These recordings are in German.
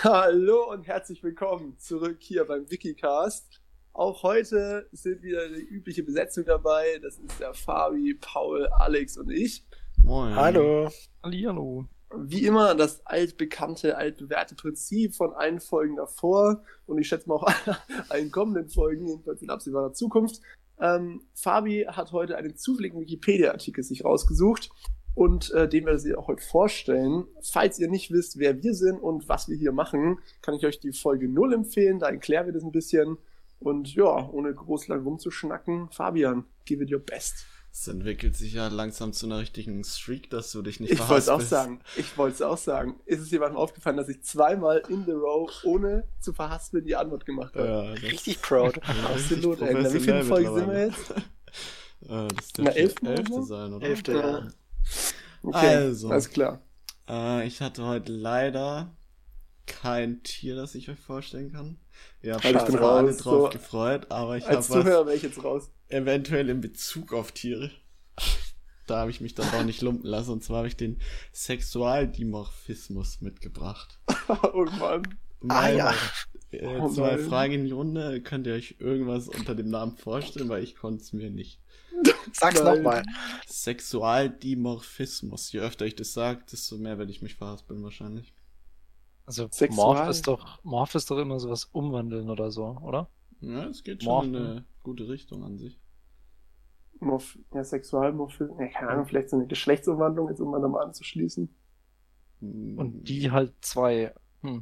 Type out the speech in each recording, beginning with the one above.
Hallo und herzlich willkommen zurück hier beim Wikicast. Auch heute sind wieder die übliche Besetzung dabei. Das ist der Fabi, Paul, Alex und ich. Moin. Hallo. Hallihallo. Wie immer das altbekannte, altbewährte Prinzip von allen Folgen davor und ich schätze mal auch allen kommenden Folgen, jedenfalls in absehbarer Zukunft. Fabi hat heute einen zufälligen Wikipedia-Artikel sich rausgesucht und den werde ich auch heute vorstellen. Falls ihr nicht wisst, wer wir sind und was wir hier machen, kann ich euch die Folge 0 empfehlen, da erklären wir das ein bisschen. Und ja, ohne groß lang rumzuschnacken, Fabian, give it your best. Es entwickelt sich ja langsam zu einer richtigen Streak, dass du dich nicht Ich wollte verhaspelst. es auch sagen. Ist es jemandem aufgefallen, dass ich zweimal in the row, ohne zu verhaspeln, die Antwort gemacht habe? Ja, Richtig proud. Absolut, ey. Na, wie viele Folgen sind wir jetzt? Das In der dürfte 11. elfte sein, oder? 11. Ja. Okay, Also. alles klar. Ich hatte heute leider kein Tier, das ich euch vorstellen kann. Ihr habt Ich euch bin zwar alle raus, drauf so. gefreut, aber ich Als habe was Zuhörer wäre ich jetzt raus. eventuell in Bezug auf Tiere. Da habe ich mich dann doch nicht lumpen lassen. Und zwar habe ich den Sexualdimorphismus mitgebracht. Oh Mann. Ja. Zwei nein. Fragen in die Runde. Könnt ihr euch irgendwas unter dem Namen vorstellen? Weil ich konnte es mir nicht. Sag's Nein. nochmal. Sexualdimorphismus. Je öfter ich das sage, desto mehr werde ich mich verhaspeln wahrscheinlich. Also Sexual- Morph ist doch immer sowas umwandeln oder so, oder? Ja, es geht schon in Morphen. eine gute Richtung an sich. Sexualmorphismus, ja, keine Ahnung, vielleicht so eine Geschlechtsumwandlung, jetzt um mal nochmal anzuschließen. Und die halt zwei.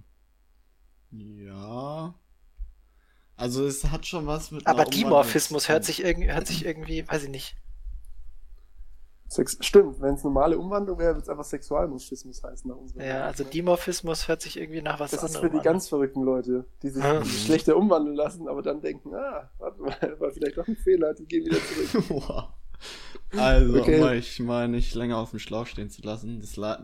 Ja. Also es hat schon was mit Aber einer Dimorphismus hört Umwandlung sich irgendwie, weiß ich nicht. Stimmt, wenn es normale Umwandlung wäre, würde es einfach Sexualmorphismus heißen. Nach unserer Ja, Meinung, also ne? Dimorphismus hört sich irgendwie nach was Das ist für anderem die an. ganz verrückten Leute, die sich schlechter umwandeln lassen, aber dann denken, warte mal, war vielleicht doch ein Fehler, die gehen wieder zurück. Wow. Also, Okay. um euch mal nicht länger auf dem Schlauch stehen zu lassen,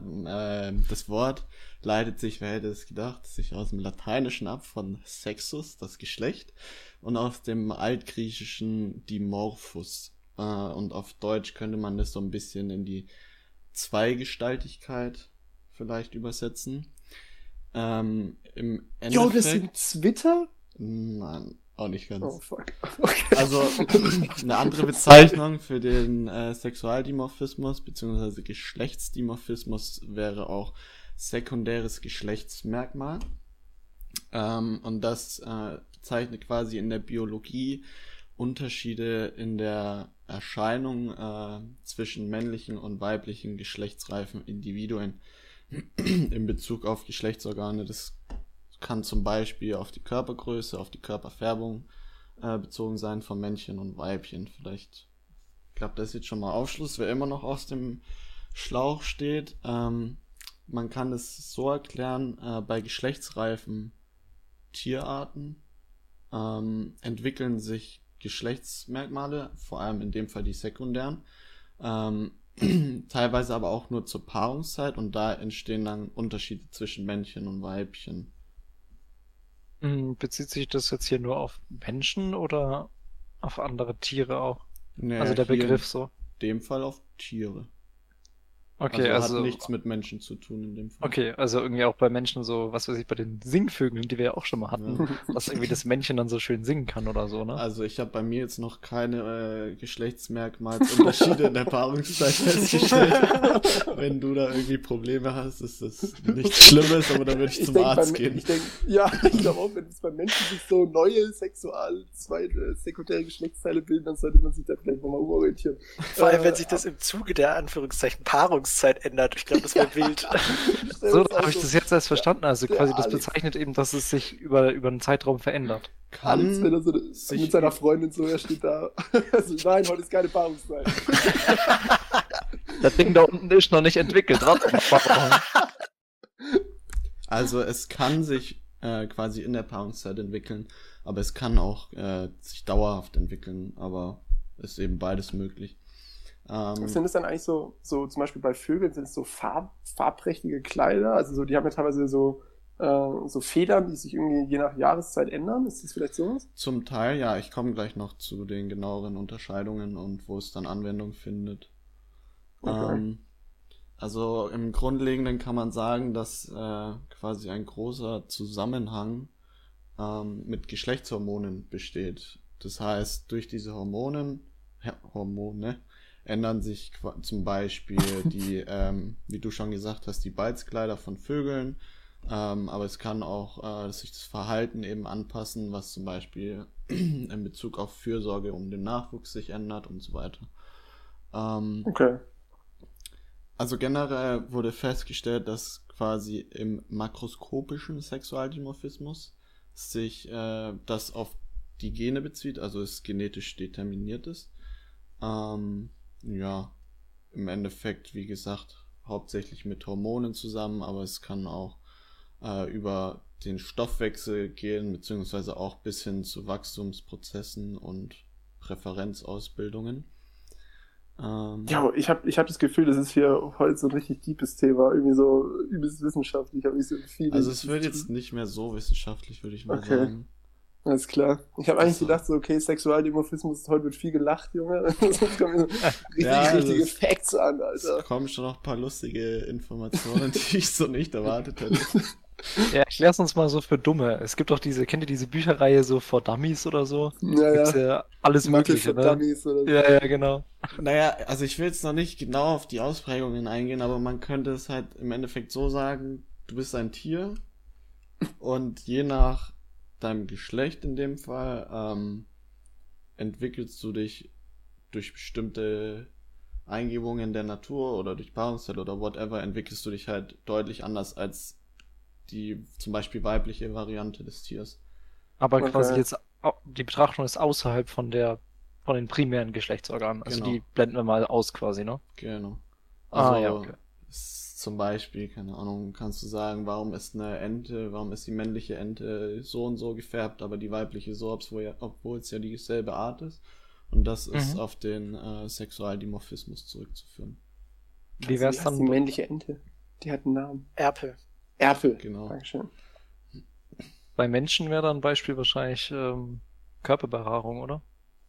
das Wort leitet sich, wer hätte es gedacht, sich aus dem Lateinischen ab von Sexus, das Geschlecht, und aus dem Altgriechischen Dimorphos. Und auf Deutsch könnte man das so ein bisschen in die Zweigestaltigkeit vielleicht übersetzen. Im Endeffekt... Jo, das sind Twitter? Nein, auch nicht ganz. Oh, fuck. Okay. Also eine andere Bezeichnung für den Sexualdimorphismus bzw. Geschlechtsdimorphismus wäre auch sekundäres Geschlechtsmerkmal. Und das bezeichnet quasi in der Biologie Unterschiede in der Erscheinung zwischen männlichen und weiblichen geschlechtsreifen Individuen in Bezug auf Geschlechtsorgane. Das kann zum Beispiel auf die Körpergröße, auf die Körperfärbung bezogen sein von Männchen und Weibchen. Vielleicht klappt das jetzt schon mal Aufschluss, wer immer noch aus dem Schlauch steht. Man kann es so erklären, bei geschlechtsreifen Tierarten entwickeln sich Geschlechtsmerkmale, vor allem in dem Fall die sekundären, teilweise aber auch nur zur Paarungszeit und da entstehen dann Unterschiede zwischen Männchen und Weibchen. Bezieht sich das jetzt hier nur auf Menschen oder auf andere Tiere auch? Naja, Also der hier Begriff so. in dem Fall auf Tiere. Okay, hat also nichts mit Menschen zu tun in dem Fall. okay, also irgendwie auch bei Menschen so, was weiß ich, bei den Singvögeln, die wir ja auch schon mal hatten, dass irgendwie das Männchen dann so schön singen kann oder so, ne? Also ich habe bei mir jetzt noch keine Geschlechtsmerkmalsunterschiede in der Paarungszeit festgestellt. Wenn du da irgendwie Probleme hast, ist das nichts Schlimmes, aber dann würde ich zum Arzt gehen. Ich glaube auch, wenn es bei Menschen sich so neue sekundäre Geschlechtsteile bilden, dann sollte man sich da vielleicht nochmal umorientieren. Vor allem, wenn sich das im Zuge der Anführungszeichen Paarungszeit ändert. Ich glaube, das wäre wild. So habe ich das jetzt erst verstanden. Also Der quasi das Alex. bezeichnet eben, dass es sich über einen Zeitraum verändert. Alex, wenn er so sich- mit seiner Freundin so, er steht da. Also, nein, heute ist keine Paarungszeit. Das Ding da unten ist noch nicht entwickelt. Warte mal. Also es kann sich quasi in der Paarungszeit entwickeln, aber es kann auch sich dauerhaft entwickeln, aber ist eben beides möglich. Sind es dann eigentlich so zum Beispiel bei Vögeln, sind es so farbprächtige Kleider? Also so, die haben ja teilweise so Federn, die sich irgendwie je nach Jahreszeit ändern. Ist das vielleicht sowas? Zum Teil, ja, ich komme gleich noch zu den genaueren Unterscheidungen und wo es dann Anwendung findet. Okay. Also im Grundlegenden kann man sagen, dass quasi ein großer Zusammenhang mit Geschlechtshormonen besteht. Das heißt, durch diese Hormone ändern sich zum Beispiel die, wie du schon gesagt hast, die Balzkleider von Vögeln, aber es kann auch sich das Verhalten eben anpassen, was zum Beispiel in Bezug auf Fürsorge um den Nachwuchs sich ändert und so weiter. Okay. Also generell wurde festgestellt, dass quasi im makroskopischen Sexualdimorphismus sich das auf die Gene bezieht, also es genetisch determiniert ist. Ja, im Endeffekt, wie gesagt, hauptsächlich mit Hormonen zusammen, aber es kann auch über den Stoffwechsel gehen, beziehungsweise auch bis hin zu Wachstumsprozessen und Präferenzausbildungen. Ja, ich hab das Gefühl, das ist hier heute so ein richtig deepes Thema, irgendwie so übelst wissenschaftlich, aber nicht so viel. Also es wird jetzt nicht mehr so wissenschaftlich, würde ich mal sagen. Alles klar. Ich habe eigentlich gedacht, so, okay, Sexualdimorphismus, heute wird viel gelacht, Junge. Das kommen mir so richtige Facts an, Alter. Es kommen schon noch ein paar lustige Informationen, die ich so nicht erwartet hätte. Ja, erklär's uns mal so für Dumme. Es gibt doch kennt ihr diese Bücherreihe so For Dummies oder so? Ja, Gibt's ja alles Mögliche, ne? Dummies oder so. Ja, genau. Naja, also ich will jetzt noch nicht genau auf die Ausprägungen eingehen, aber man könnte es halt im Endeffekt so sagen, du bist ein Tier und je nach deinem Geschlecht in dem Fall entwickelst du dich durch bestimmte Eingebungen der Natur oder durch Paarungszeit oder whatever, entwickelst du dich halt deutlich anders als die zum Beispiel weibliche Variante des Tiers. Aber quasi jetzt, die Betrachtung ist außerhalb von den primären Geschlechtsorganen. Also Genau. die blenden wir mal aus quasi, ne? Genau. Ja, okay. Zum Beispiel, keine Ahnung, kannst du sagen, warum ist die männliche Ente so und so gefärbt, aber die weibliche so, obwohl es ja dieselbe Art ist. Und das ist auf den Sexualdimorphismus zurückzuführen. Wie wär's dann? Die männliche Ente. Die hat einen Namen. Erpel. Genau. Dankeschön. Bei Menschen wäre dann ein Beispiel wahrscheinlich Körperbehaarung, oder?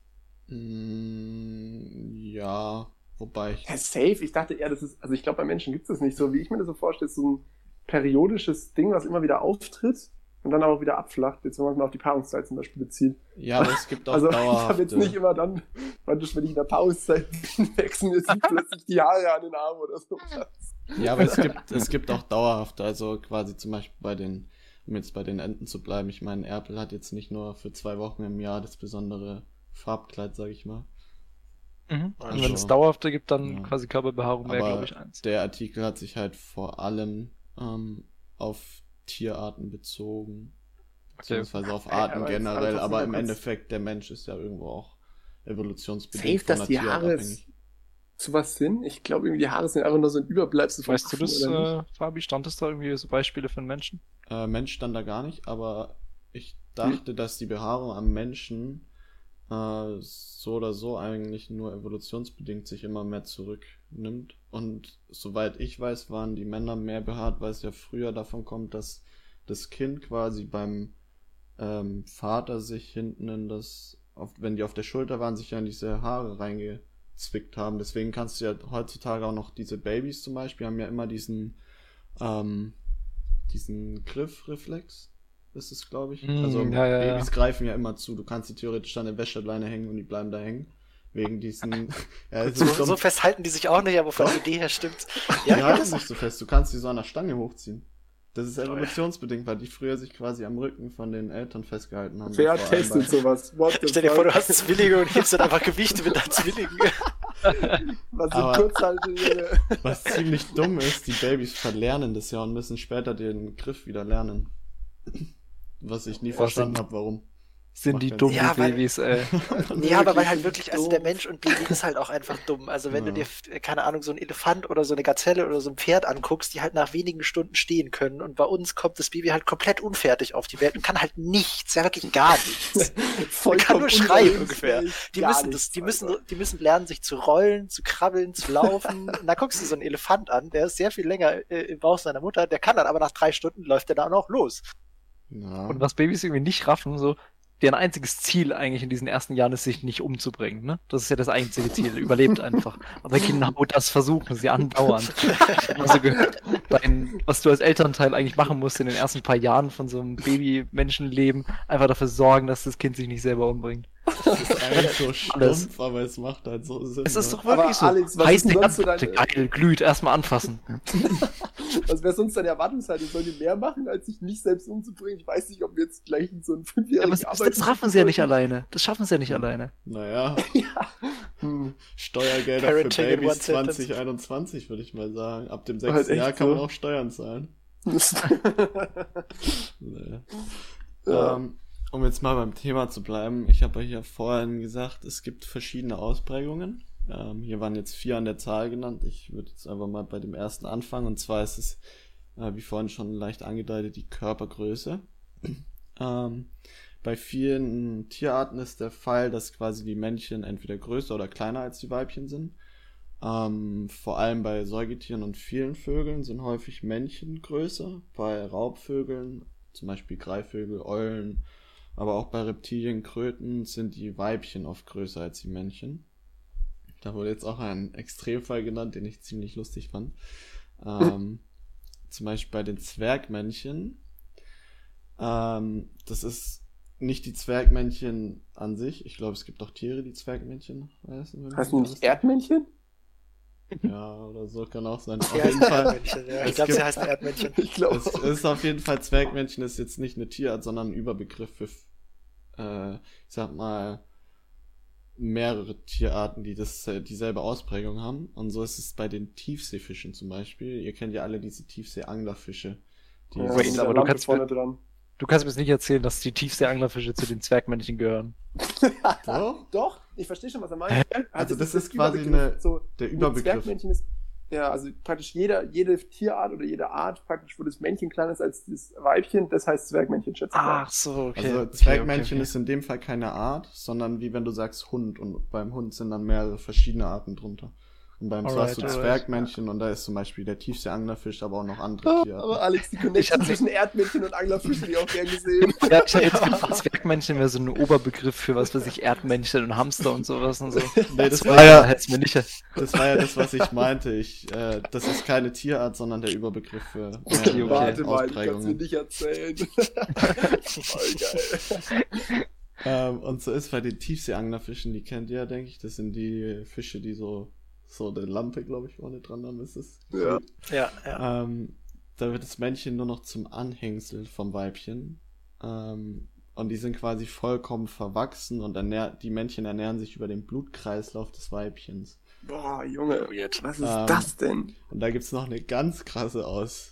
Ja, wobei Ja, safe. Ich dachte eher, also ich glaube, bei Menschen gibt es das nicht so, wie ich mir das so vorstelle, so ein periodisches Ding, was immer wieder auftritt und dann aber auch wieder abflacht, jetzt wenn man es mal auf die Paarungszeit zum Beispiel bezieht. Ja, aber es gibt auch also dauerhafte. Ich habe jetzt nicht immer dann, wenn ich in der Paarungszeit wechseln, jetzt sind plötzlich die Haare an den Armen oder so. Ja, aber es gibt auch dauerhafte, also quasi zum Beispiel um jetzt bei den Enten zu bleiben, ich meine, Erpel hat jetzt nicht nur für 2 Wochen im Jahr das besondere Farbkleid, sag ich mal. Und Also, wenn es dauerhafte gibt, dann ja. quasi Körperbehaarung wäre, Aber glaube ich, eins. der Artikel hat sich halt vor allem auf Tierarten bezogen, beziehungsweise auf Arten aber generell, das aber ist im ja Endeffekt, der Mensch ist ja irgendwo auch evolutionsbedingt safe, von dass der die Tierart Haare abhängig. zu was sind. Ich glaube, irgendwie die Haare sind einfach nur so ein Überbleibsel von Weißt du das, Kuchen, oder nicht? Fabi? Stand es da irgendwie so Beispiele für einen Menschen? Mensch stand da gar nicht, aber ich dachte, dass die Behaarung am Menschen so oder so eigentlich nur evolutionsbedingt sich immer mehr zurücknimmt. Und soweit ich weiß, waren die Männer mehr behaart, weil es ja früher davon kommt, dass das Kind quasi beim Vater sich hinten wenn die auf der Schulter waren, sich ja in diese Haare reingezwickt haben. Deswegen kannst du ja heutzutage auch noch diese Babys zum Beispiel, haben ja immer diesen Griffreflex. Das ist, glaube ich. Also Babys greifen ja immer zu. Du kannst die theoretisch an der Wäscheleine hängen und die bleiben da hängen. Wegen diesen... ja, so fest halten die sich auch nicht, aber von der Idee her stimmt's. Die halten nicht so fest. Du kannst die so an der Stange hochziehen. Das ist evolutionsbedingt, weil die früher sich quasi am Rücken von den Eltern festgehalten haben. Wer testet sowas? Stell dir vor, du hast Zwillinge und hebst dann einfach Gewichte mit deinen Zwillingen. Was sind Kurzhalte? Was ziemlich dumm ist, die Babys verlernen das ja und müssen später den Griff wieder lernen. Was ich nie verstanden habe, warum. Sind die dumm, Ja, die Babys, ey. Ja, aber weil halt wirklich, also der Mensch und Baby ist halt auch einfach dumm. Also wenn du dir, keine Ahnung, so einen Elefant oder so eine Gazelle oder so ein Pferd anguckst, die halt nach wenigen Stunden stehen können und bei uns kommt das Baby halt komplett unfertig auf die Welt und kann halt nichts, ja wirklich gar nichts. Kann nur schreien ungefähr. Die müssen lernen, sich zu rollen, zu krabbeln, zu laufen. Und da guckst du so einen Elefant an, der ist sehr viel länger im Bauch seiner Mutter, der kann dann aber nach 3 Stunden läuft der dann auch los. Ja. Und was Babys irgendwie nicht raffen, so, deren einziges Ziel eigentlich in diesen ersten Jahren ist, sich nicht umzubringen, ne? Das ist ja das einzige Ziel, überlebt einfach. Aber genau das versuchen sie andauernd. Ich habe mal so gehört, was du als Elternteil eigentlich machen musst in den ersten paar Jahren von so einem Baby-Menschenleben, einfach dafür sorgen, dass das Kind sich nicht selber umbringt. Das ist eigentlich so stumpf, aber es macht halt so Sinn. Es ist ne? doch wirklich Aber so. Alex, was Heiß ist denn nicht sonst so an, geil, glüht, erstmal anfassen. Was wäre sonst deine Erwartungshaltung? Sollen die mehr machen, als sich nicht selbst umzubringen? Ich weiß nicht, ob wir jetzt gleich in so einen 5-jährigen Ja, das schaffen sie ja nicht alleine. Das schaffen sie ja nicht alleine. Naja, Hm. Steuergelder Parenting für in Babys one sentence. 2021, würde ich mal sagen. Ab dem Halt 6. echt Jahr kann man so. auch Steuern zahlen. Naja. Ja. Um jetzt mal beim Thema zu bleiben, ich habe ja hier vorhin gesagt, es gibt verschiedene Ausprägungen. Hier waren jetzt 4 an der Zahl genannt. Ich würde jetzt einfach mal bei dem ersten anfangen. Und zwar ist es, wie vorhin schon leicht angedeutet, die Körpergröße. Bei vielen Tierarten ist der Fall, dass quasi die Männchen entweder größer oder kleiner als die Weibchen sind. Vor allem bei Säugetieren und vielen Vögeln sind häufig Männchen größer. Bei Raubvögeln, zum Beispiel Greifvögel, Eulen, aber auch bei Reptilien, Kröten sind die Weibchen oft größer als die Männchen. Da wurde jetzt auch ein Extremfall genannt, den ich ziemlich lustig fand. Zum Beispiel bei den Zwergmännchen. Das ist nicht die Zwergmännchen an sich. Ich glaube, es gibt auch Tiere, die Zwergmännchen heißen. Heißt die nicht Erdmännchen? Ja, oder so, kann auch sein. Auf Die jeden heißen Fall. Erdmännchen, ja. Ich es glaube, sie gibt- heißen Erdmännchen. Ich glaube. Es ist auf jeden Fall, Zwergmännchen ist jetzt nicht eine Tierart, sondern ein Überbegriff für, ich sag mal, mehrere Tierarten, die dieselbe Ausprägung haben. Und so ist es bei den Tiefseefischen zum Beispiel. Ihr kennt ja alle diese Tiefseeanglerfische. Die Ja, Wait, mit so, der aber du Lampe kannst vorne dran. Du kannst mir jetzt nicht erzählen, dass die Tiefseeanglerfische zu den Zwergmännchen gehören. so? Doch, ich verstehe schon, was er meint. Also das ist der quasi Überbegriff. So, der mit Überbegriff. Zwergmännchen ist, ja, also praktisch jede Tierart oder jede Art, praktisch, wo das Männchen kleiner ist als das Weibchen, das heißt Zwergmännchen, schätze ich mal. Ach so, okay. Also okay, Zwergmännchen okay. ist in dem Fall keine Art, sondern wie wenn du sagst Hund, und beim Hund sind dann mehrere verschiedene Arten drunter. Und beim Alright, sagst du alright. Zwergmännchen und da ist zum Beispiel der Tiefseeanglerfisch, aber auch noch andere Aber Tierarten. Alex, die Ich Connection hab- zwischen Erdmännchen und Anglerfisch hätte ich auch gern gesehen. Ja, ich habe jetzt gedacht, Zwergmännchen wäre so ein Oberbegriff für was weiß ich, Erdmännchen und Hamster und sowas und so. Nee, das Zwerg- war ja, hätt's mir nicht. das war ja das, was ich meinte. Das ist keine Tierart, sondern der Überbegriff für Okay, mehrere Warte mal, ich kann es mir Ausprägungen. nicht erzählen. Voll geil. Und so ist bei den Tiefseeanglerfischen, die kennt ihr ja, denke ich. Das sind die Fische, die so eine Lampe, glaube ich, vorne dran haben, ist es. Ja. Ja, ja. Da wird das Männchen nur noch zum Anhängsel vom Weibchen. Und die sind quasi vollkommen verwachsen und die Männchen ernähren sich über den Blutkreislauf des Weibchens. Boah, Junge, Weird. was ist Ähm, das denn? Und da gibt's noch eine ganz krasse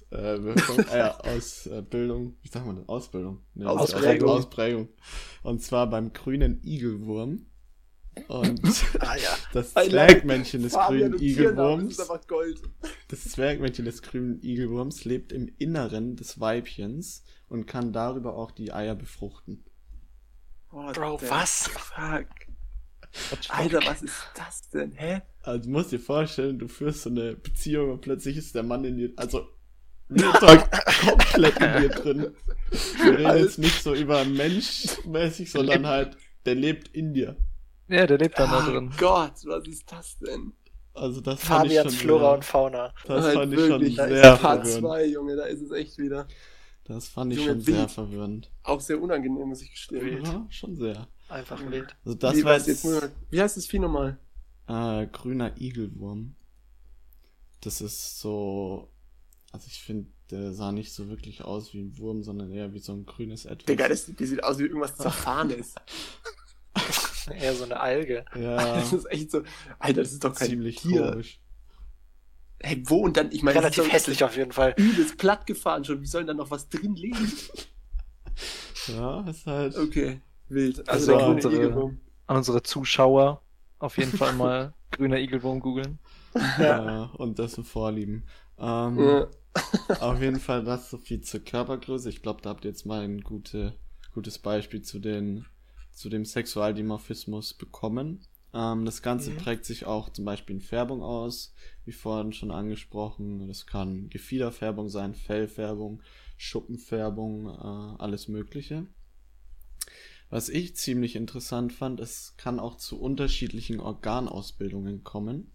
Ausbildung. Wie sagt man das? Ausbildung. Nee, Ausprägung. Ausprägung. Und zwar beim grünen Igelwurm. Und Ah ja. das I like Zwergmännchen des Fabian grünen und Tiernamen, Igelwurms. Das ist einfach Gold. Das Zwergmännchen des grünen Igelwurms lebt im Inneren des Weibchens und kann darüber auch die Eier befruchten. Boah, Bro, der was? Fuck. Alter, was ist das denn? Hä? Also du musst dir vorstellen, du führst so eine Beziehung und plötzlich ist der Mann in dir, also Real Talk, komplett in dir drin. Wir reden jetzt nicht so über menschmäßig, sondern halt, der lebt in dir. Ja, der lebt dann da Oh drin. Gott, was ist das denn? Also das fand ich Fabians schon Flora sehr, und Fauna. das Halt fand ich schon wirklich, da ist sehr Part verwirrend. 2, Junge, da ist es echt wieder. Das fand ich Junge, schon sehr wild. verwirrend. Auch sehr unangenehm, muss ich gestehen. Wild. Ja, schon sehr. Einfach wild. Also das Wie, war was jetzt nur, wie heißt das Vieh nochmal? grüner Igelwurm. Das ist so, also ich finde, der sah nicht so wirklich aus wie ein Wurm, sondern eher wie so ein grünes Etwas. Digga, die sieht aus wie irgendwas Zerfahrenes. Eher so eine Alge. Ja, Das ist echt so, Alter, das ist doch kein ziemlich Tier. komisch. Hey, wo und dann, ich meine, das Relativ ist doch hässlich auf jeden Fall. übelst platt gefahren schon. Wie soll denn da noch was drin liegen? Ja, ist halt. Okay, wild. Also Also der grüne unsere- Igelwurm. An unsere Zuschauer auf jeden Fall mal grüner Igelwurm googeln. Und dessen Vorlieben. Ja. Auf jeden Fall das so viel zur Körpergröße. Ich glaube, da habt ihr jetzt mal ein gutes Beispiel zu dem Sexualdimorphismus bekommen. Das Ganze prägt sich auch zum Beispiel in Färbung aus, wie vorhin schon angesprochen. Das kann Gefiederfärbung sein, Fellfärbung, Schuppenfärbung, alles Mögliche. Was ich ziemlich interessant fand, es kann auch zu unterschiedlichen Organausbildungen kommen.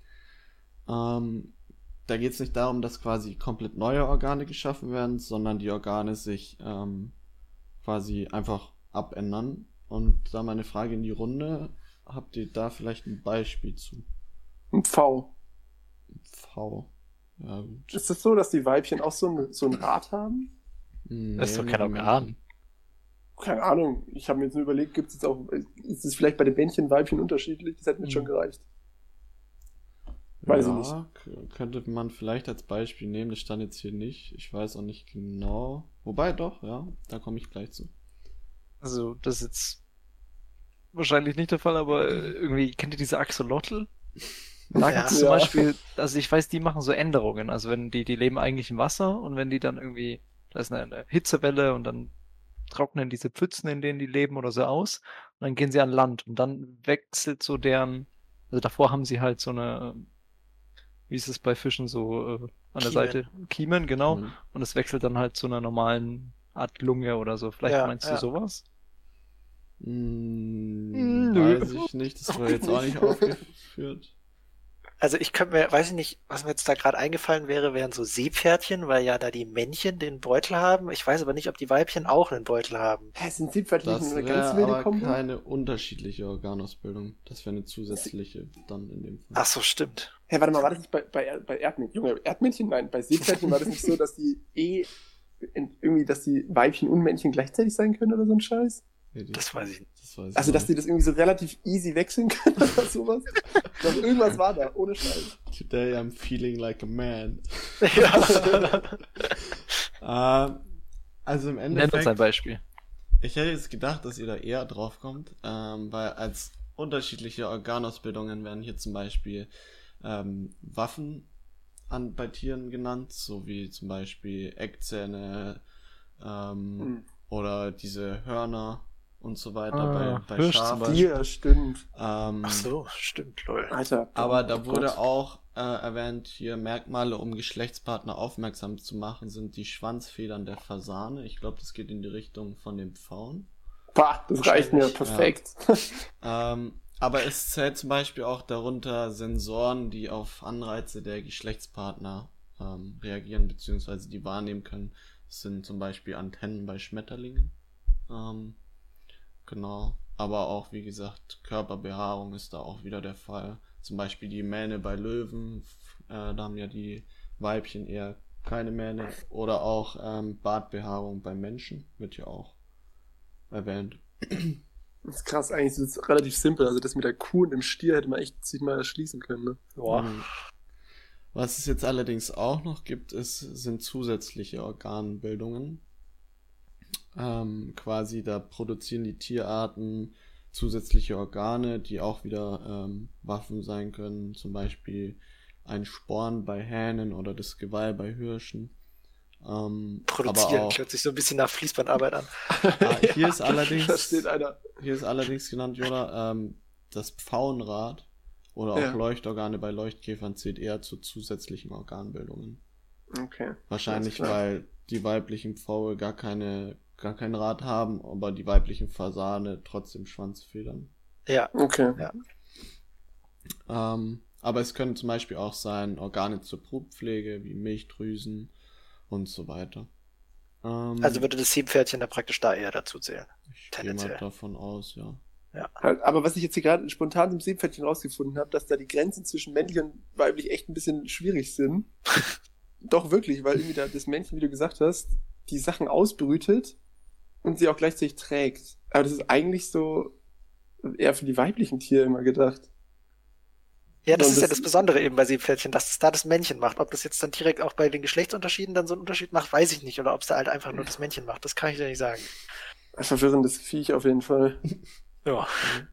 Da geht es nicht darum, dass quasi komplett neue Organe geschaffen werden, sondern die Organe sich quasi einfach abändern. Und da meine Frage in die Runde, habt ihr da vielleicht ein Beispiel zu? Ein V. V. Ja, gut. Ist es so, dass die Weibchen auch so ein Rad haben? Das ist doch Nee, kein nur die Organ. Männchen. Keine Ahnung. Ich habe mir jetzt nur überlegt, gibt es jetzt auch, ist es vielleicht bei den Männchen und Weibchen unterschiedlich? Das hätte mir schon gereicht. Weiß ich nicht. Könnte man vielleicht als Beispiel nehmen, das stand jetzt hier nicht. Ich weiß auch nicht genau. Wobei doch, ja, da komme ich gleich zu. Also, das ist jetzt wahrscheinlich nicht der Fall, aber irgendwie, kennt ihr diese Axolotl? Da Ja. gibt's zum Ja. Beispiel, also ich weiß, die machen so Änderungen. Also wenn die leben eigentlich im Wasser und wenn die dann irgendwie, da ist eine Hitzewelle und dann trocknen diese Pfützen, in denen die leben oder so aus und dann gehen sie an Land und dann wechselt so deren, also davor haben sie halt so eine, wie ist es bei Fischen so an der Kiemen. Seite? Kiemen, genau. Mhm. Und es wechselt dann halt zu einer normalen Art Lunge oder so. Vielleicht Ja, meinst du ja. sowas? Weiß ich nicht, das wurde jetzt auch nicht aufgeführt. Also ich könnte mir, weiß ich nicht, was mir jetzt da gerade eingefallen wäre, wären so Seepferdchen, weil ja da die Männchen den Beutel haben. Ich weiß aber nicht, ob die Weibchen auch einen Beutel haben. Hä, sind Seepferdchen Das eine wäre ganz wilde aber Kombo? keine unterschiedliche Organausbildung. Das wäre eine zusätzliche dann in dem Fall. Ach so, stimmt. Hä, warte mal, war das nicht bei Erdmännchen? Junge, Erdmännchen? Nein, bei Seepferdchen war das nicht so, dass die irgendwie, dass die Weibchen und Männchen gleichzeitig sein können oder so ein Scheiß? Nee, Das weiß ich nicht. das weiß ich Also, dass nicht. die das irgendwie so relativ easy wechseln können oder sowas? Ich glaube, irgendwas war da, ohne Scheiß. Today I'm feeling like a man. Ja. Also im Nenn uns ein Endeffekt, Beispiel. ich hätte jetzt gedacht, dass ihr da eher drauf kommt, weil als unterschiedliche Organausbildungen werden hier zum Beispiel Waffen bei Tieren genannt, so wie zum Beispiel Eckzähne oder diese Hörner und so weiter bei Hirsch zum Schafen. Beispiel. Ja, stimmt. Ach so, stimmt, lol. Alter. Aber da oh wurde Gott. auch erwähnt, hier Merkmale, um Geschlechtspartner aufmerksam zu machen, sind die Schwanzfedern der Fasane. Ich glaube, das geht in die Richtung von dem Pfauen. Pah, das reicht mir, Wahrscheinlich, perfekt. Aber es zählt zum Beispiel auch darunter Sensoren, die auf Anreize der Geschlechtspartner reagieren bzw. die wahrnehmen können. Das sind zum Beispiel Antennen bei Schmetterlingen. Genau. Aber auch, wie gesagt, Körperbehaarung ist da auch wieder der Fall. Zum Beispiel die Mähne bei Löwen, da haben ja die Weibchen eher keine Mähne. Oder auch Bartbehaarung bei Menschen, wird ja auch erwähnt. Das ist krass, eigentlich ist es relativ simpel. Also das mit der Kuh und dem Stier hätte man echt sich mal erschließen können, ne? Boah. Was es jetzt allerdings auch noch gibt, sind zusätzliche Organbildungen. Quasi da produzieren die Tierarten zusätzliche Organe, die auch wieder Waffen sein können. Zum Beispiel ein Sporn bei Hähnen oder das Geweih bei Hirschen. Produzieren, aber auch, hört sich so ein bisschen nach Fließbandarbeit an. hier ist allerdings Da steht einer. Hier ist allerdings genannt, Jona, das Pfauenrad oder auch Ja. Leuchtorgane bei Leuchtkäfern zählt eher zu zusätzlichen Organbildungen. Okay. Wahrscheinlich, Alles klar. weil die weiblichen Pfaue gar kein Rad haben, aber die weiblichen Fasane trotzdem Schwanzfedern. Ja, Okay. Ja. Aber es können zum Beispiel auch sein Organe zur Brutpflege, wie Milchdrüsen und so weiter. also würde das Seepferdchen da praktisch da eher dazu zählen. ich gehe mal tendenziell. davon aus, ja. Halt, aber was ich jetzt hier gerade spontan zum Seepferdchen rausgefunden habe, dass da die Grenzen zwischen männlich und weiblich echt ein bisschen schwierig sind. Doch wirklich, weil irgendwie da das Männchen, wie du gesagt hast, die Sachen ausbrütet und sie auch gleichzeitig trägt. Aber das ist eigentlich so eher für die weiblichen Tiere immer gedacht. Ja, das Und ist ja das- das Besondere eben bei Seepferdchen, dass es da das Männchen macht. Ob das jetzt dann direkt auch bei den Geschlechtsunterschieden dann so einen Unterschied macht, weiß ich nicht. Oder ob es da halt einfach nur das Männchen macht. Das kann ich dir nicht sagen. Ein verwirrendes Viech auf jeden Fall. Ja.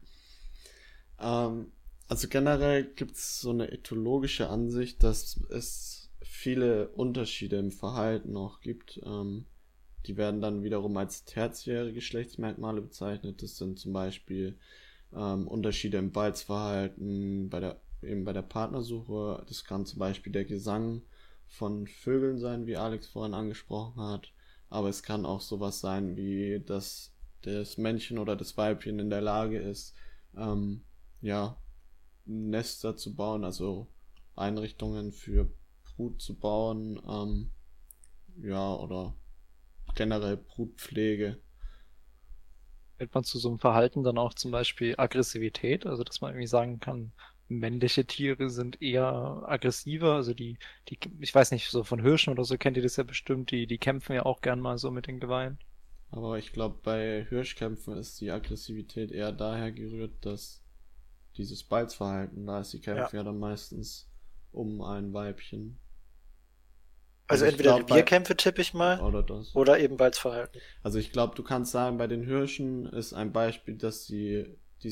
Also generell gibt es so eine ethologische Ansicht, dass es viele Unterschiede im Verhalten auch gibt. Die werden dann wiederum als tertiäre Geschlechtsmerkmale bezeichnet. Das sind zum Beispiel Unterschiede im Balzverhalten, bei der Partnersuche. Das kann zum Beispiel der Gesang von Vögeln sein, wie Alex vorhin angesprochen hat. Aber es kann auch sowas sein wie, dass das Männchen oder das Weibchen in der Lage ist, ja, Nester zu bauen, also Einrichtungen für Brut zu bauen, ja, oder generell Brutpflege. Wird man zu so einem Verhalten dann auch zum Beispiel Aggressivität, also dass man irgendwie sagen kann, männliche Tiere sind eher aggressiver, also ich weiß nicht, so von Hirschen oder so kennt ihr das ja bestimmt, die kämpfen ja auch gern mal so mit den Geweihen. Aber ich glaube, bei Hirschkämpfen ist die Aggressivität eher daher gerührt, dass dieses Balzverhalten da ist. Die kämpfen ja dann meistens um ein Weibchen. Also entweder Revierkämpfe tippe ich mal, oder eben Balzverhalten. Also ich glaube, du kannst sagen, bei den Hirschen ist ein Beispiel, dass sie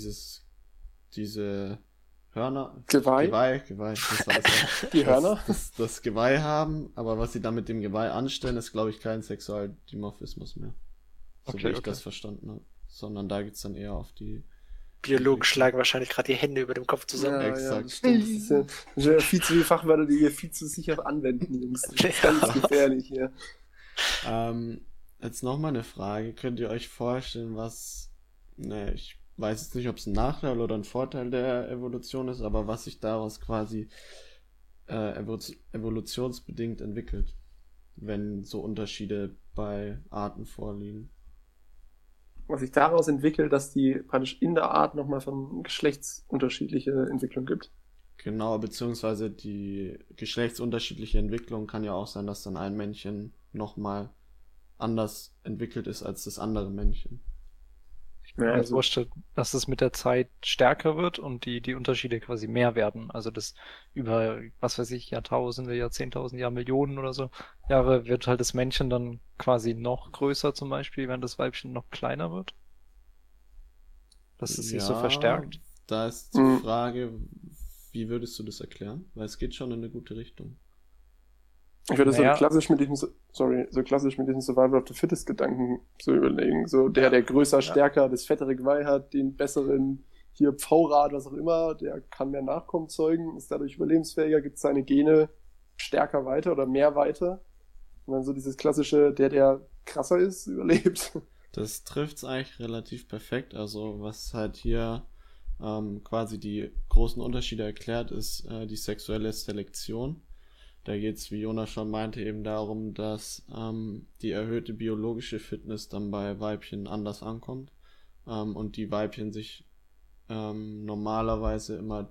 diese Hörner... Geweih, die Hörner? Das Geweih haben, aber was sie da mit dem Geweih anstellen, ist, glaube ich, kein Sexualdimorphismus mehr. So wie ich das verstanden habe. Sondern da geht's dann eher auf die... Biologen schlagen wahrscheinlich gerade die Hände über dem Kopf zusammen. Ja, exakt. Das stimmt. Das ist ja viel zu viele Fachwörter, die wir viel zu sicher anwenden, Jungs. Das ist ganz gefährlich hier. Jetzt nochmal eine Frage. Könnt ihr euch vorstellen, ich weiß jetzt nicht, ob es ein Nachteil oder ein Vorteil der Evolution ist, aber was sich daraus quasi evolutionsbedingt entwickelt, wenn so Unterschiede bei Arten vorliegen? Was sich daraus entwickelt, dass die praktisch in der Art nochmal von geschlechtsunterschiedliche Entwicklung gibt. Genau, beziehungsweise die geschlechtsunterschiedliche Entwicklung kann ja auch sein, dass dann ein Männchen nochmal anders entwickelt ist als das andere Männchen. Ich kann mir vorstellen, dass es mit der Zeit stärker wird und die Unterschiede quasi mehr werden. Also das über, was weiß ich, Jahrtausende, Jahrzehntausend, Jahrmillionen oder so Jahre wird halt das Männchen dann quasi noch größer zum Beispiel, während das Weibchen noch kleiner wird. Dass es sich so verstärkt. Da ist die Frage, wie würdest du das erklären? Weil es geht schon in eine gute Richtung. Ich würde so klassisch mit diesem Survival of the Fittest Gedanken so überlegen. So der größer, stärker, das fettere Geweih hat, den besseren hier Pfaurat, was auch immer, der kann mehr Nachkommen zeugen, ist dadurch überlebensfähiger, gibt seine Gene stärker weiter oder mehr weiter. Und dann so dieses klassische, der krasser ist, überlebt. Das trifft's eigentlich relativ perfekt. Also was halt hier quasi die großen Unterschiede erklärt, ist die sexuelle Selektion. Da geht's, wie Jonas schon meinte, eben darum, dass die erhöhte biologische Fitness dann bei Weibchen anders ankommt und die Weibchen sich normalerweise immer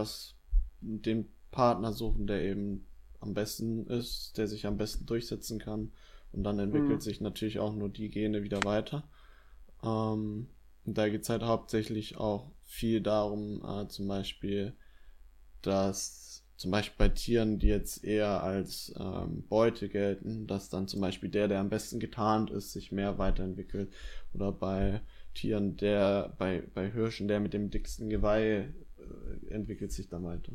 den Partner suchen, der eben am besten ist, der sich am besten durchsetzen kann, und dann entwickelt sich natürlich auch nur die Gene wieder weiter. Und da geht's halt hauptsächlich auch viel darum, zum Beispiel, dass zum Beispiel bei Tieren, die jetzt eher als Beute gelten, dass dann zum Beispiel der am besten getarnt ist, sich mehr weiterentwickelt. Oder bei Tieren, bei Hirschen, der mit dem dicksten Geweih entwickelt sich dann weiter.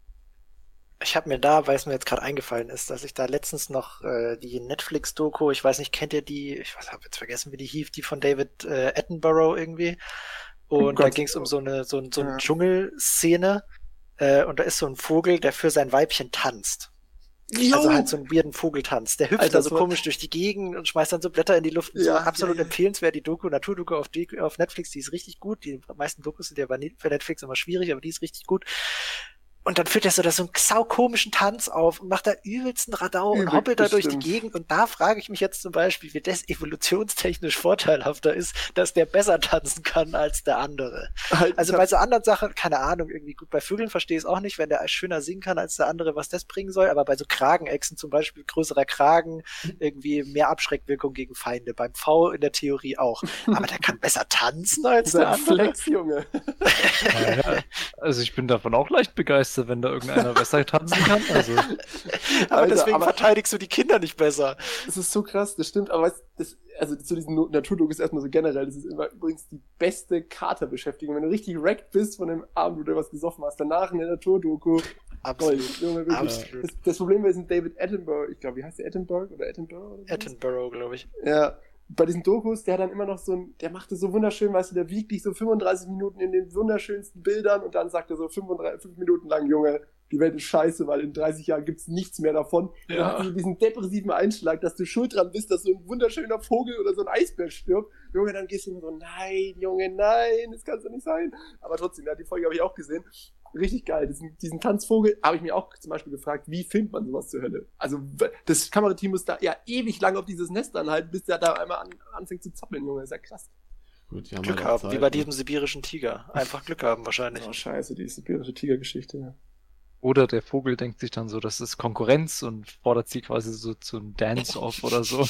Ich habe mir da, weil es mir jetzt gerade eingefallen ist, dass ich da letztens noch die Netflix-Doku, ich weiß nicht, kennt ihr die, habe jetzt vergessen, wie die hieß, die von David Attenborough irgendwie. Und da ging es um so eine Dschungelszene. Und da ist so ein Vogel, der für sein Weibchen tanzt. Jo! Also halt so einen weirden Vogeltanz. Der hüpft da so komisch durch die Gegend und schmeißt dann so Blätter in die Luft. Ja, so absolut empfehlenswert, die Naturdoku auf Netflix, die ist richtig gut. Die meisten Dokus sind ja für Netflix immer schwierig, aber die ist richtig gut. Und dann führt er so einen saukomischen Tanz auf und macht da übelsten Radau und hoppelt da durch die Gegend. Und da frage ich mich jetzt zum Beispiel, wie das evolutionstechnisch vorteilhafter ist, dass der besser tanzen kann als der andere. Also bei so anderen Sachen, keine Ahnung, irgendwie gut, bei Vögeln verstehe ich es auch nicht, wenn der schöner singen kann als der andere, was das bringen soll. Aber bei so Kragenechsen zum Beispiel, größerer Kragen, irgendwie mehr Abschreckwirkung gegen Feinde. Beim V in der Theorie auch. Aber der kann besser tanzen als der andere. Flex, Junge. Also ich bin davon auch leicht begeistert, wenn da irgendeiner besser tanzen kann. Also. Aber deswegen verteidigst du die Kinder nicht besser. Das ist so krass, das stimmt. Aber zu diesen Naturdokus erstmal so generell, das ist übrigens die beste Katerbeschäftigung. Wenn du richtig wrecked bist von dem Abend, wo du was gesoffen hast, danach in der Naturdoku. Absolut. Junge, Absolut. Das Problem ist, David Attenborough, ich glaube, wie heißt der, Attenborough? Attenborough, glaube ich. Ja. Bei diesen Dokus, der hat dann immer noch der macht es so wunderschön, weißt du, der wiegt dich so 35 Minuten in den wunderschönsten Bildern und dann sagt er so 5 Minuten lang, Junge, die Welt ist scheiße, weil in 30 Jahren gibt's nichts mehr davon. Und dann hast du diesen depressiven Einschlag, dass du schuld dran bist, dass so ein wunderschöner Vogel oder so ein Eisbär stirbt. Junge, dann gehst du immer so, nein, Junge, nein, das kann's doch nicht sein. Aber trotzdem, ja, die Folge habe ich auch gesehen. Richtig geil. Diesen Tanzvogel habe ich mir auch zum Beispiel gefragt, wie filmt man sowas zur Hölle? Also das Kamerateam muss da ja ewig lang auf dieses Nest anhalten, bis der da einmal anfängt zu zappeln, Junge. Das ist ja krass. Gut, die haben Glück halt haben, Zeit, wie bei ne? diesem sibirischen Tiger. Einfach Glück haben wahrscheinlich. Oh, scheiße, die sibirische Tigergeschichte. Ja. Oder der Vogel denkt sich dann so, das ist Konkurrenz und fordert sie quasi so zum Dance-Off oder so.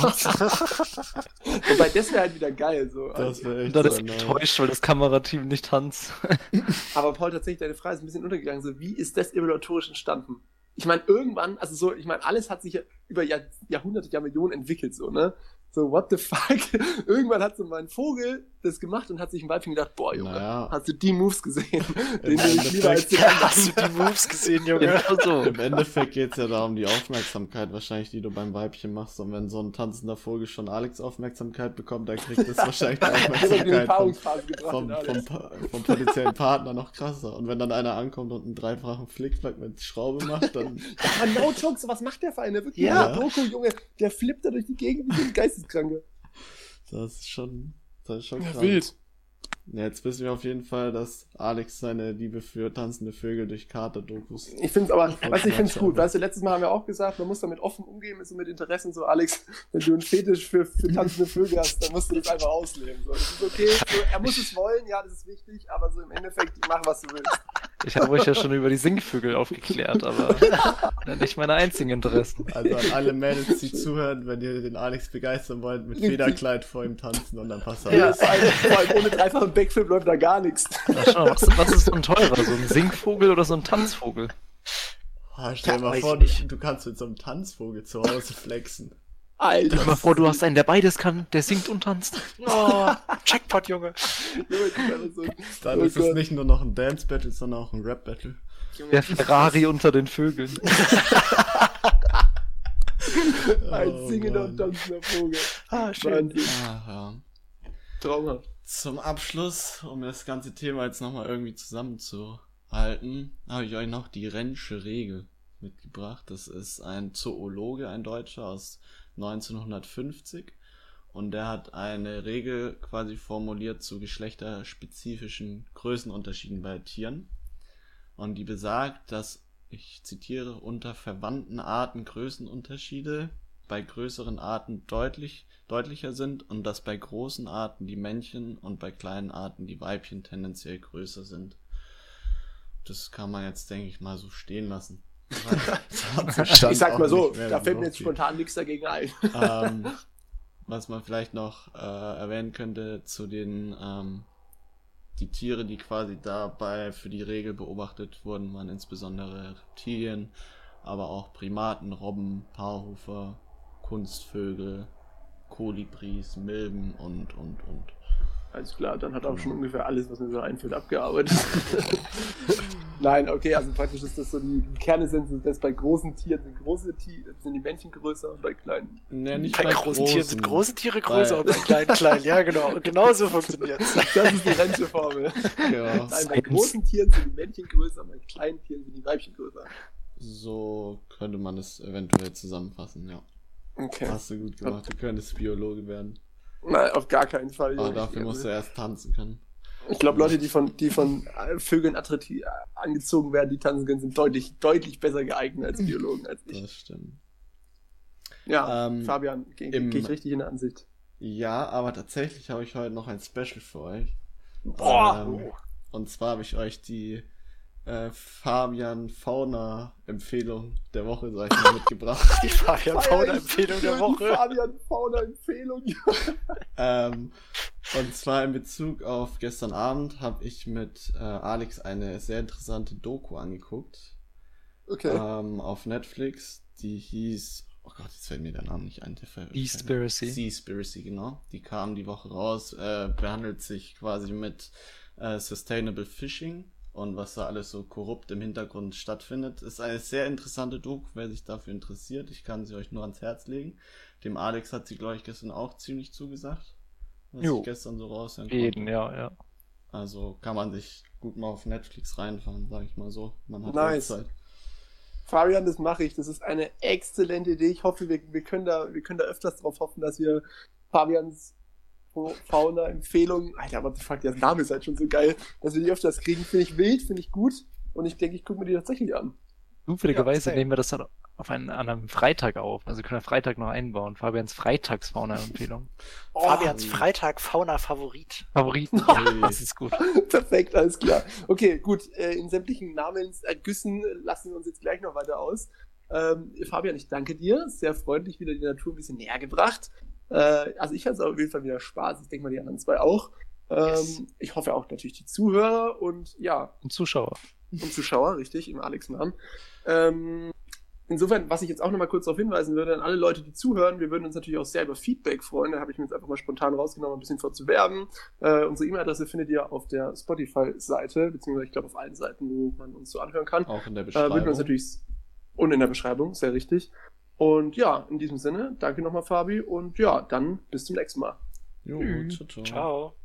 Wobei, das wäre halt wieder geil. So. Das wäre Und echt dann so ist nice. enttäuscht, weil das Kamerateam nicht tanzt. Aber Paul, tatsächlich, deine Frage ist ein bisschen untergegangen. So, wie ist das evolutorisch entstanden? Ich meine, irgendwann, also so, ich meine, alles hat sich ja über Jahrhunderte, Millionen entwickelt, so, ne? So, what the fuck? Irgendwann hat so mein Vogel das gemacht und hat sich im Weibchen gedacht, boah, Junge, Naja. hast du die Moves gesehen? Den Im nehme ich lieber als den Ja, anderen. hast du die Moves gesehen, Junge? Genau so. Im Endeffekt geht's ja da um die Aufmerksamkeit wahrscheinlich, die du beim Weibchen machst. Und wenn so ein tanzender Vogel schon Alex Aufmerksamkeit bekommt, dann kriegt es wahrscheinlich die Ich habe die Aufmerksamkeit Paarungsphase gebracht. vom, und alles. vom potenziellen Partner noch krasser. Und wenn dann einer ankommt und einen dreifachen Flickflack mit Schraube macht, dann Aber no joke, so was macht der für eine? Wirklich, Ja. ja. Doku, Junge, der flippt da durch die Gegend wie so ein Geisteskranke. das ist schon krass. Wild. Ja, jetzt wissen wir auf jeden Fall, dass Alex seine Liebe für tanzende Vögel durch Kater-Dokus. Ich finde es aber, weißt du, ich finde es gut. Weißt du, letztes Mal haben wir auch gesagt, man muss damit offen umgehen, mit Interessen. So, Alex, wenn du einen Fetisch für tanzende Vögel hast, dann musst du das einfach ausleben. So, das ist okay. So, er muss es wollen, ja, das ist wichtig, aber so im Endeffekt, mach, was du willst. Ich habe euch ja schon über die Singvögel aufgeklärt, aber nicht meine einzigen Interessen. Also an alle Mädels, die zuhören, wenn ihr den Alex begeistern wollt, mit Federkleid vor ihm tanzen und dann passt Ja. alles. Vor allem ohne dreifachen Backflip läuft da gar nichts. Na, schau, was ist so ein teurer? So ein Singvogel oder so ein Tanzvogel? Oh, stell dir Ja, mal weiß vor, ich nicht. du kannst mit so einem Tanzvogel zu Hause flexen. Stell dir mal Alter. vor, du hast einen, der beides kann, der singt und tanzt. Oh, Jackpot, Junge. Dann Oh ist es Gott. nicht nur noch ein Dance-Battle, sondern auch ein Rap-Battle. Der Ferrari unter den Vögeln. Ein Oh, singender Mann. und tanzender Vogel. Ah, schön. Wahnsinn. Ah, ja. Traumhaft. Zum Abschluss, um das ganze Thema jetzt nochmal irgendwie zusammenzuhalten, habe ich euch noch die Rent'sche Regel mitgebracht. Das ist ein Zoologe, ein Deutscher aus 1950. Und der hat eine Regel quasi formuliert zu geschlechterspezifischen Größenunterschieden bei Tieren. Und die besagt, dass, ich zitiere, unter verwandten Arten Größenunterschiede bei größeren Arten deutlicher sind und dass bei großen Arten die Männchen und bei kleinen Arten die Weibchen tendenziell größer sind. Das kann man jetzt, denke ich mal, so stehen lassen. Ich sag mal so, da fällt mir jetzt spontan nichts dagegen ein. Was man vielleicht noch erwähnen könnte zu den die Tiere, die quasi dabei für die Regel beobachtet wurden, waren insbesondere Reptilien, aber auch Primaten, Robben, Paarhufer, Kunstvögel, Kolibris, Milben und. Alles klar, dann hat er auch schon ungefähr alles, was mir so einfällt, abgearbeitet. Nein, okay, also praktisch ist das so, die Kerne sind, dass bei großen Tieren sind die Männchen größer und bei kleinen. Ne, nicht Bei großen Tieren sind große Tiere größer und bei kleinen klein. Ja, genau. Und genau so funktioniert's. Das ist die Rent'sche-Formel. Ja, Nein, bei großen Tieren sind die Männchen größer, bei kleinen Tieren sind die Weibchen größer. so könnte man es eventuell zusammenfassen, ja. Okay. Hast du gut gemacht, du könntest Biologe werden. Nein, auf gar keinen Fall. Aber Junge. dafür musst du erst tanzen können. Ich glaube, Leute, die von Vögeln angezogen werden, die tanzen können, sind deutlich besser geeignet als Biologen als ich. Das stimmt. Ja, Fabian, Fabian, gehe ich richtig in der Ansicht. Ja, aber tatsächlich habe ich heute noch ein Special für euch. Boah! Und zwar habe ich euch die Fabian Fauna-Empfehlung der Woche, sag ich mal, mitgebracht. Die Fabian Fauna-Empfehlung der Woche. Fabian Fauna-Empfehlung. Und zwar in Bezug auf gestern Abend habe ich mit Alex eine sehr interessante Doku angeguckt. Okay. Auf Netflix. Die hieß, oh Gott, jetzt fällt mir der Name nicht ein. Seaspiracy. Seaspiracy, genau. Die kam die Woche raus. Behandelt sich quasi mit Sustainable Fishing und was da alles so korrupt im Hintergrund stattfindet. Ist eine sehr interessante Doku, wer sich dafür interessiert. Ich kann sie euch nur ans Herz legen. Dem Alex hat sie, glaube ich, gestern auch ziemlich zugesagt. Was Jo. ich gestern so raushören Jeden, konnte. ja. Also kann man sich gut mal auf Netflix reinfahren, sag ich mal so. Man hat Nice. Zeit. Fabian, das mache ich. Das ist eine exzellente Idee. Ich hoffe, wir können da öfters darauf hoffen, dass wir Fabians Fauna-Empfehlungen, Alter, what the fuck, der Name ist halt schon so geil, dass wir die öfters kriegen. Finde ich wild, finde ich gut. Und ich denke, ich gucke mir die tatsächlich an. Zufälligerweise Ja, nehmen wir das dann an einem Freitag auf. Also können wir Freitag noch einbauen. Fabians Freitagsfauna-Empfehlung. Oh, Fabians Freitag Fauna-Favorit. Favoriten. Hey. Das ist gut. perfekt, alles klar. Okay, gut. In sämtlichen Namensergüssen lassen wir uns jetzt gleich noch weiter aus. Fabian, ich danke dir. Sehr freundlich, wieder die Natur ein bisschen näher gebracht. Also ich hatte es auf jeden Fall wieder Spaß. Ich denke mal, die anderen zwei auch. Yes. Ich hoffe auch natürlich die Zuhörer und ja, Und Zuschauer. und Zuschauer, richtig, im Alex-Namen. Insofern, was ich jetzt auch nochmal kurz darauf hinweisen würde, an alle Leute, die zuhören, wir würden uns natürlich auch sehr über Feedback freuen. Da habe ich mir jetzt einfach mal spontan rausgenommen, ein bisschen vorzuwerben. Unsere E-Mail-Adresse findet ihr auf der Spotify-Seite, beziehungsweise ich glaube auf allen Seiten, wo man uns so anhören kann. Auch in der Beschreibung. Würden wir uns natürlich und in der Beschreibung, sehr richtig. Und ja, in diesem Sinne, danke nochmal, Fabi. Und ja, dann bis zum nächsten Mal. Jo, ciao, ciao. Ciao.